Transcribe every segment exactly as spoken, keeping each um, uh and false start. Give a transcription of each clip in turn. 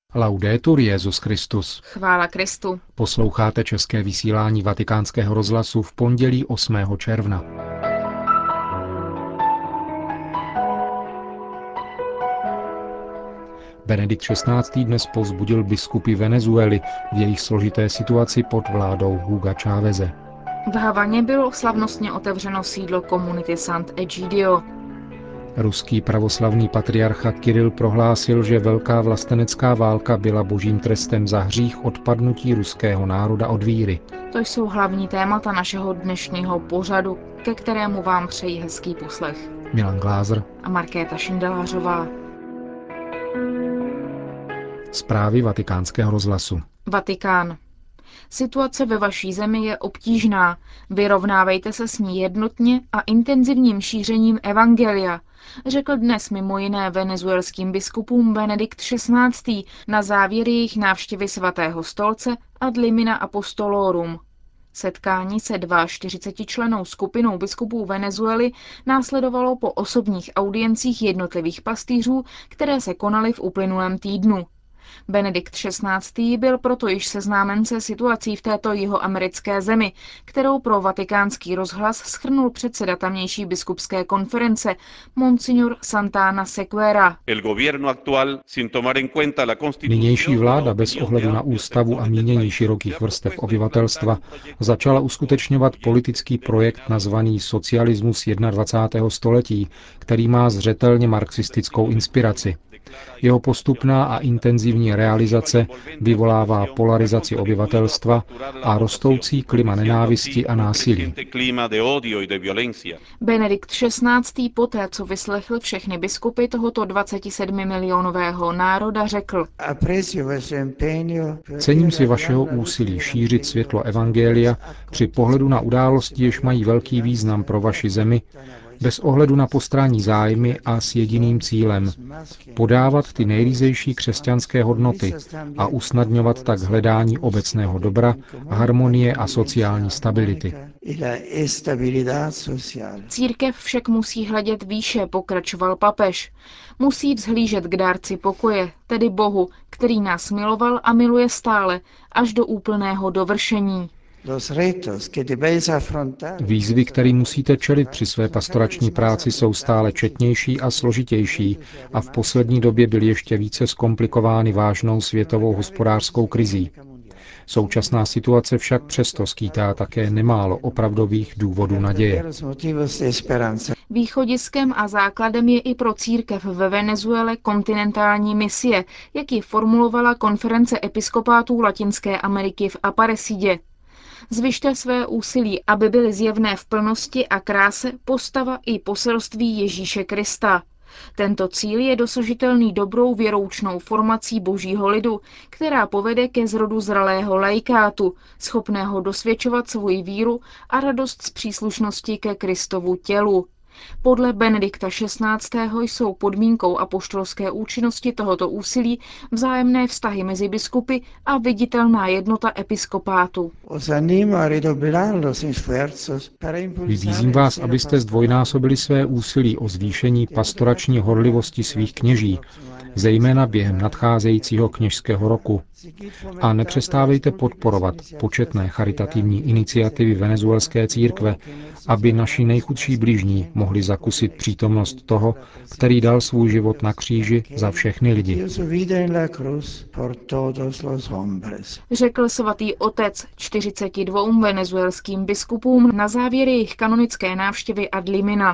Laudetur Jesus Christus. Chvála Kristu. Posloucháte české vysílání Vatikánského rozhlasu v pondělí osmého června. Benedikt šestnáctý. dnes povzbudil biskupy Venezuely v jejich složité situaci pod vládou Huga Cháveze. V Havaně bylo slavnostně otevřeno sídlo komunity Sant'Egidio. Ruský pravoslavný patriarcha Kiril prohlásil, že velká vlastenecká válka byla božím trestem za hřích odpadnutí ruského národa od víry. To jsou hlavní témata našeho dnešního pořadu, ke kterému vám přeji hezký poslech. Milan Glázer a Markéta Šindelářová. Zprávy Vatikánského rozhlasu. Vatikán. Situace ve vaší zemi je obtížná. Vyrovnávejte se s ní jednotně a intenzivním šířením evangelia, řekl dnes mimo jiné venezuelským biskupům Benedikt šestnáctý. na závěr jejich návštěvy svatého stolce ad limina apostolorum. Setkání se čtyřicetičlennou skupinou biskupů Venezuely následovalo po osobních audiencích jednotlivých pastýřů, které se konaly v uplynulém týdnu. Benedikt šestnáctý. byl proto již seznámen se situací v této jihoamerické zemi, kterou pro vatikánský rozhlas shrnul předseda tamnější biskupské konference, Monsignor Santana Sequeira. Nynější vláda bez ohledu na ústavu a mínění širokých vrstev obyvatelstva začala uskutečňovat politický projekt nazvaný Socialismus dvacátého prvního století, který má zřetelně marxistickou inspiraci. Jeho postupná a intenzivní realizace vyvolává polarizaci obyvatelstva a rostoucí klima nenávisti a násilí. Benedikt šestnáctý. poté, co vyslechl všechny biskupy tohoto dvacetisedmimilionového národa, řekl: Cením si vašeho úsilí šířit světlo evangelia při pohledu na události, jež mají velký význam pro vaši zemi, bez ohledu na postranní zájmy a s jediným cílem podávat ty nejrýzejší křesťanské hodnoty a usnadňovat tak hledání obecného dobra, harmonie a sociální stability. Církev však musí hledět výše, pokračoval papež. Musí vzhlížet k dárci pokoje, tedy Bohu, který nás miloval a miluje stále, až do úplného dovršení. Výzvy, které musíte čelit při své pastorační práci, jsou stále četnější a složitější a v poslední době byly ještě více zkomplikovány vážnou světovou hospodářskou krizí. Současná situace však přesto skýtá také nemálo opravdových důvodů naděje. Východiskem a základem je i pro církev ve Venezuele kontinentální misie, jak ji formulovala konference episkopátů Latinské Ameriky v Aparecidě. Zvyšte své úsilí, aby byly zjevné v plnosti a kráse postava i poselství Ježíše Krista. Tento cíl je dosažitelný dobrou věroučnou formací božího lidu, která povede ke zrodu zralého laikátu, schopného dosvědčovat svoji víru a radost z příslušnosti ke Kristovu tělu. Podle Benedikta šestnáctého. jsou podmínkou apoštolské účinnosti tohoto úsilí vzájemné vztahy mezi biskupy a viditelná jednota episkopátu. Vybízím vás, abyste zdvojnásobili své úsilí o zvýšení pastorační horlivosti svých kněží, zejména během nadcházejícího kněžského roku. A nepřestávejte podporovat početné charitativní iniciativy venezuelské církve, aby naši nejchudší bližní mohli zakusit přítomnost toho, který dal svůj život na kříži za všechny lidi. Řekl svatý otec čtyřiceti dvěma venezuelským biskupům na závěr jejich kanonické návštěvy ad limina.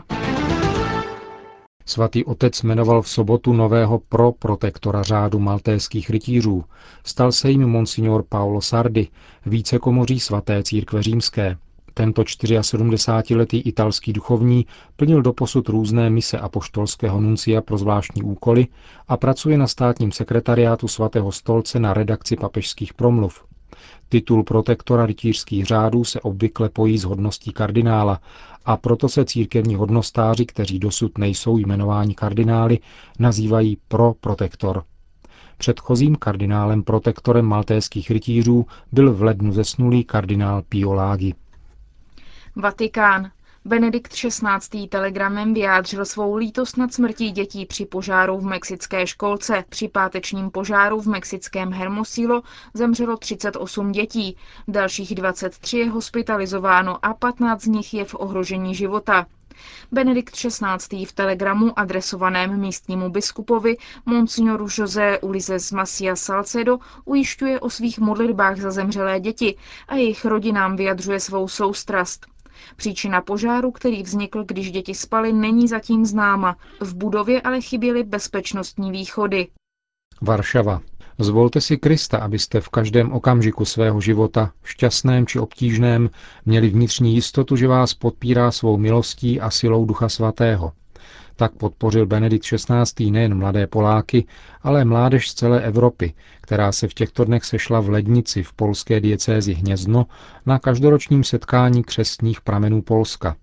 Svatý otec jmenoval v sobotu nového proprotektora řádu maltéských rytířů. Stal se jim monsignor Paolo Sardi, vícekomoří svaté církve římské. Tento sedmdesátičtyřletý italský duchovní plnil doposud různé mise apoštolského nuncia pro zvláštní úkoly a pracuje na státním sekretariátu svatého stolce na redakci papežských promluv. Titul protektora rytířských řádů se obvykle pojí s hodností kardinála a proto se církevní hodnostáři, kteří dosud nejsou jmenováni kardinály, nazývají proprotektor. Předchozím kardinálem protektorem maltéských rytířů byl v lednu zesnulý kardinál Pio Laghi. Vatikán. Benedikt šestnáctý. telegramem vyjádřil svou lítost nad smrtí dětí při požáru v mexické školce. Při pátečním požáru v mexickém Hermosillo zemřelo třicet osm dětí, dalších dvacet tři je hospitalizováno a patnáct z nich je v ohrožení života. Benedikt šestnáctý. v telegramu adresovaném místnímu biskupovi monsignoru José Ulises Macia Salcedo ujišťuje o svých modlitbách za zemřelé děti a jejich rodinám vyjadřuje svou soustrast. Příčina požáru, který vznikl, když děti spaly, není zatím známa. V budově ale chyběly bezpečnostní východy. Varšava. Zvolte si Krista, abyste v každém okamžiku svého života, šťastném či obtížném, měli vnitřní jistotu, že vás podpírá svou milostí a silou Ducha Svatého. Tak podpořil Benedikt šestnáctý. nejen mladé Poláky, ale mládež z celé Evropy, která se v těchto dnech sešla v Lednici v polské diecézi Hnězdno na každoročním setkání křestních pramenů Polska.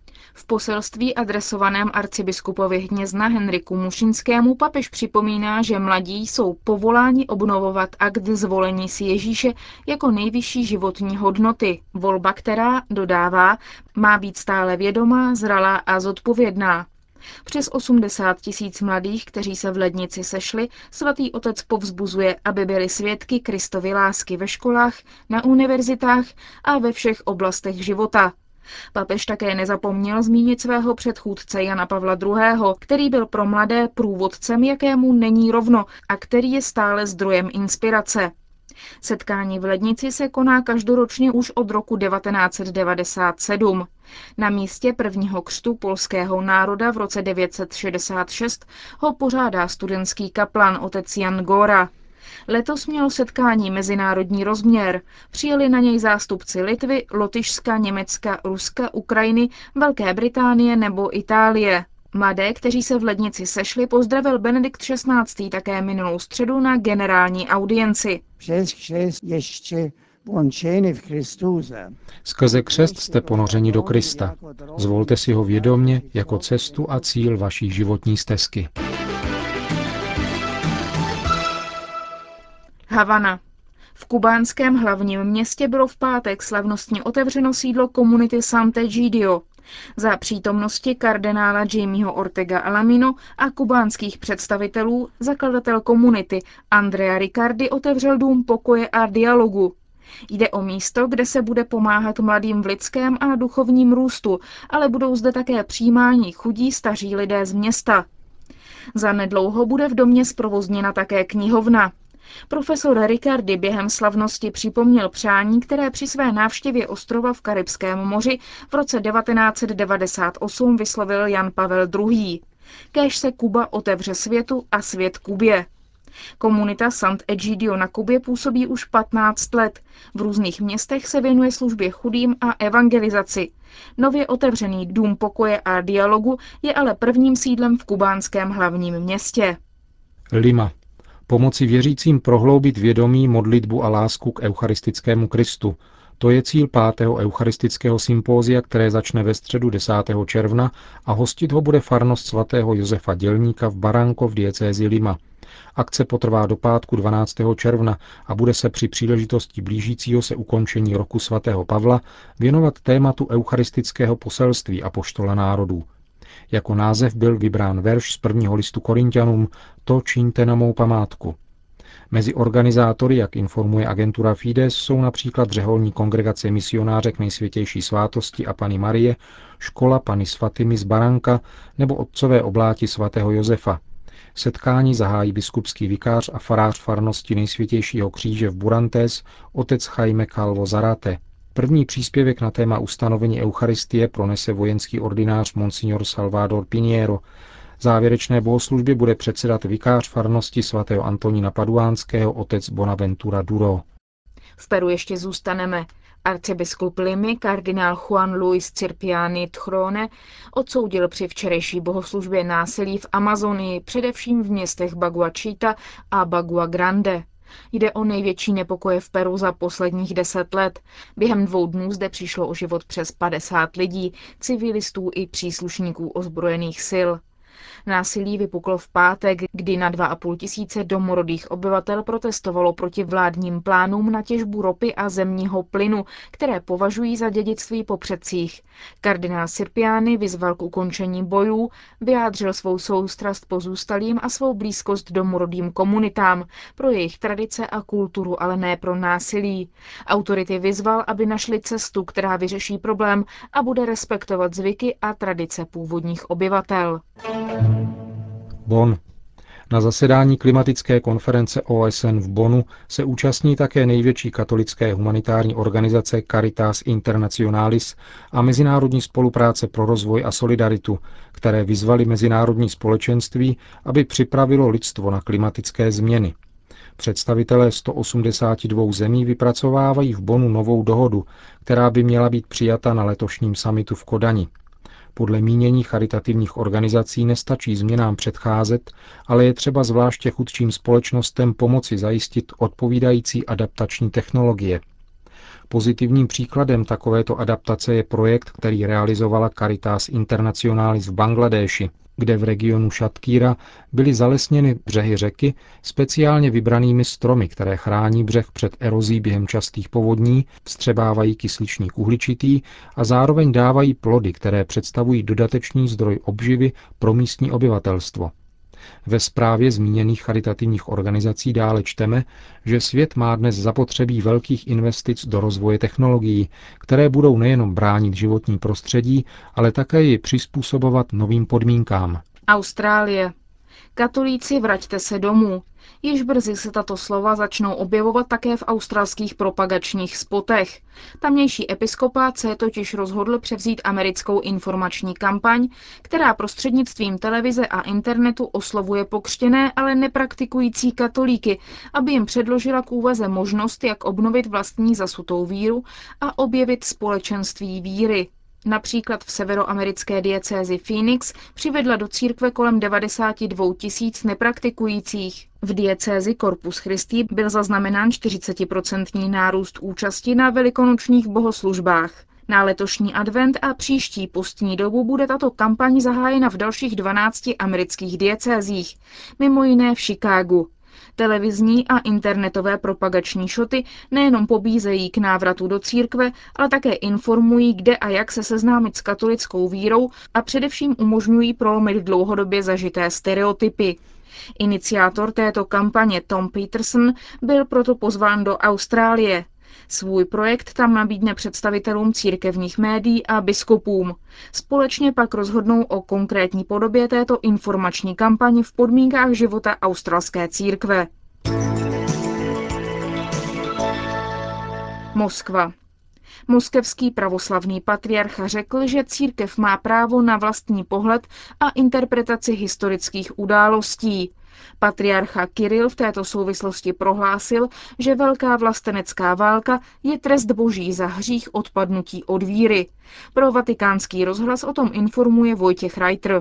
V poselství adresovaném arcibiskupovi Hnězdna Henriku Mušinskému papež připomíná, že mladí jsou povoláni obnovovat akt zvolení si Ježíše jako nejvyšší životní hodnoty. Volba, která, dodává, má být stále vědomá, zralá a zodpovědná. Přes osmdesát tisíc mladých, kteří se v Lednici sešli, svatý otec povzbuzuje, aby byli svědky Kristovy lásky ve školách, na univerzitách a ve všech oblastech života. Papež také nezapomněl zmínit svého předchůdce Jana Pavla druhého., který byl pro mladé průvodcem, jakému není rovno a který je stále zdrojem inspirace. Setkání v Lednici se koná každoročně už od roku devatenáct set devadesát sedm. Na místě prvního křtu polského národa v roce devět set šedesát šest ho pořádá studentský kaplan otec Jan Góra. Letos mělo setkání mezinárodní rozměr. Přijeli na něj zástupci Litvy, Lotyšska, Německa, Ruska, Ukrajiny, Velké Británie nebo Itálie. Mladé, kteří se v Lednici sešli, pozdravil Benedikt šestnáctý. také minulou středu na generální audienci. Skrze křest jste ponořeni do Krista. Zvolte si ho vědomě jako cestu a cíl vaší životní stezky. Havana. V kubánském hlavním městě bylo v pátek slavnostně otevřeno sídlo komunity Sant'Egidio. Za přítomnosti kardinála Jamieho Ortega Alamino a kubánských představitelů zakladatel komunity Andrea Riccardi otevřel dům pokoje a dialogu. Jde o místo, kde se bude pomáhat mladým v lidském a duchovním růstu, ale budou zde také přijímáni chudí staří lidé z města. Zanedlouho bude v domě zprovozněna také knihovna. Profesor Riccardi během slavnosti připomněl přání, které při své návštěvě ostrova v Karibském moři v roce devatenáct set devadesát osm vyslovil Jan Pavel druhý. Kéž se Kuba otevře světu a svět Kubě. Komunita Sant'Egidio na Kubě působí už patnáct let. V různých městech se věnuje službě chudým a evangelizaci. Nově otevřený dům pokoje a dialogu je ale prvním sídlem v kubánském hlavním městě. Lima. Pomoci věřícím prohloubit vědomí, modlitbu a lásku k eucharistickému Kristu. To je cíl pátého eucharistického sympózia, které začne ve středu desátého června a hostit ho bude farnost svatého Josefa Dělníka v Barranco v diecézi Lima. Akce potrvá do pátku dvanáctého června a bude se při příležitosti blížícího se ukončení roku svatého Pavla věnovat tématu eucharistického poselství apoštola národů. Jako název byl vybrán verš z prvního listu Korinťanům To čiňte na mou památku. Mezi organizátory, jak informuje agentura Fides, jsou například řeholní kongregace misionářek Nejsvětější svátosti a Panny Marie, škola Panny Svatými z Baranka nebo otcové obláti svatého Josefa. Setkání zahájí biskupský vikář a farář farnosti Nejsvětějšího kříže v Burantes, otec Jaime Calvo Zarate. První příspěvek na téma ustanovení Eucharistie pronese vojenský ordinář Monsignor Salvador Piniero. Závěrečné bohoslužbě bude předsedat vikář farnosti svatého Antonína Paduánského otec Bonaventura Duro. V Peru ještě zůstaneme. Arcibiskup Limy, kardinál Juan Luis Cirpiani Tchrone, odsoudil při včerejší bohoslužbě násilí v Amazonii, především v městech Bagua Chita a Bagua Grande. Jde o největší nepokoje v Peru za posledních deset let. Během dvou dnů zde přišlo o život přes padesát lidí, civilistů i příslušníků ozbrojených sil. Násilí vypuklo v pátek, kdy na dva a půl tisíce domorodých obyvatel protestovalo proti vládním plánům na těžbu ropy a zemního plynu, které považují za dědictví po předcích. Kardinál Sirpiani vyzval k ukončení bojů, vyjádřil svou soustrast pozůstalým a svou blízkost domorodým komunitám, pro jejich tradice a kulturu, ale ne pro násilí. Autority vyzval, aby našli cestu, která vyřeší problém a bude respektovat zvyky a tradice původních obyvatel. Bonn. Na zasedání klimatické konference O S N v Bonnu se účastní také největší katolické humanitární organizace Caritas Internationalis a Mezinárodní spolupráce pro rozvoj a solidaritu, které vyzvali mezinárodní společenství, aby připravilo lidstvo na klimatické změny. Představitelé sto osmdesáti dvou zemí vypracovávají v Bonnu novou dohodu, která by měla být přijata na letošním summitu v Kodani. Podle mínění charitativních organizací nestačí změnám předcházet, ale je třeba zvláště chudším společnostem pomoci zajistit odpovídající adaptační technologie. Pozitivním příkladem takovéto adaptace je projekt, který realizovala Caritas Internationalis v Bangladéši, kde v regionu Šatkíra byly zalesněny břehy řeky speciálně vybranými stromy, které chrání břeh před erozí během častých povodní, vstřebávají kysličník uhličitý a zároveň dávají plody, které představují dodatečný zdroj obživy pro místní obyvatelstvo. Ve zprávě zmíněných charitativních organizací dále čteme, že svět má dnes zapotřebí velkých investic do rozvoje technologií, které budou nejenom bránit životní prostředí, ale také ji přizpůsobovat novým podmínkám. Austrálie. Katolíci, vraťte se domů. Již brzy se tato slova začnou objevovat také v australských propagačních spotech. Tamnější episkopát se totiž rozhodl převzít americkou informační kampaň, která prostřednictvím televize a internetu oslovuje pokřtěné, ale nepraktikující katolíky, aby jim předložila k úvaze možnost, jak obnovit vlastní zasutou víru a objevit společenství víry. Například v severoamerické diecézi Phoenix přivedla do církve kolem devadesát dva tisíc nepraktikujících. V diecézi Corpus Christi byl zaznamenán čtyřicetiprocentní nárůst účasti na velikonočních bohoslužbách. Na letošní advent a příští postní dobu bude tato kampaň zahájena v dalších dvanácti amerických diecézích, mimo jiné v Chicagu. Televizní a internetové propagační šoty nejenom pobízejí k návratu do církve, ale také informují, kde a jak se seznámit s katolickou vírou a především umožňují prolomit dlouhodobě zažité stereotypy. Iniciátor této kampaně Tom Peterson byl proto pozván do Austrálie. Svůj projekt tam nabídne představitelům církevních médií a biskupům. Společně pak rozhodnou o konkrétní podobě této informační kampaně v podmínkách života australské církve. Moskva. Moskevský pravoslavný patriarcha řekl, že církev má právo na vlastní pohled a interpretaci historických událostí. Patriarcha Kiril v této souvislosti prohlásil, že velká vlastenecká válka je trest boží za hřích odpadnutí od víry. Pro Vatikánský rozhlas o tom informuje Vojtěch Reiter.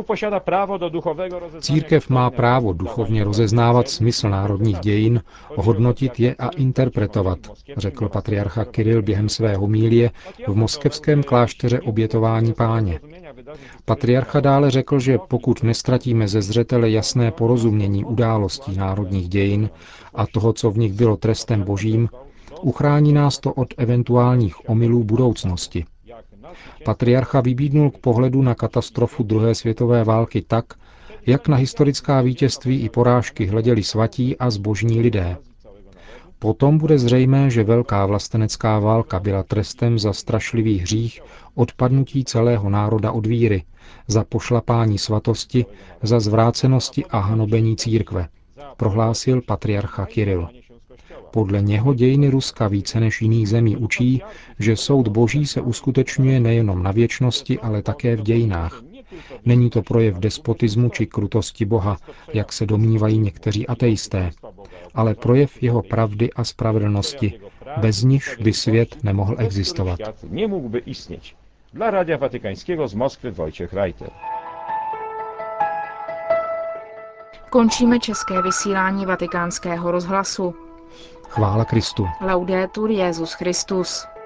Církev má právo duchovně rozeznávat smysl národních dějin, hodnotit je a interpretovat, řekl patriarcha Kiril během své homilie v moskevském klášteře Obětování Páně. Patriarcha dále řekl, že pokud nestratíme ze zřetele jasné porozumění událostí národních dějin a toho, co v nich bylo trestem božím, uchrání nás to od eventuálních omylů budoucnosti. Patriarcha vybídnul k pohledu na katastrofu druhé světové války tak, jak na historická vítězství i porážky hleděli svatí a zbožní lidé. Potom bude zřejmé, že velká vlastenecká válka byla trestem za strašlivý hřích odpadnutí celého národa od víry, za pošlapání svatosti, za zvrácenosti a hanobení církve, prohlásil patriarcha Kiril. Podle něho dějiny Ruska více než jiných zemí učí, že soud boží se uskutečňuje nejenom na věčnosti, ale také v dějinách. Není to projev despotismu či krutosti Boha, jak se domnívají někteří ateisté, ale projev jeho pravdy a spravedlnosti, bez nichž by svět nemohl existovat. Dla Radia Watykańskiego z Moskwy Wojciech Reiter. Končíme české vysílání Vatikánského rozhlasu. Chvála Kristu. Laudetur Jesus Christus.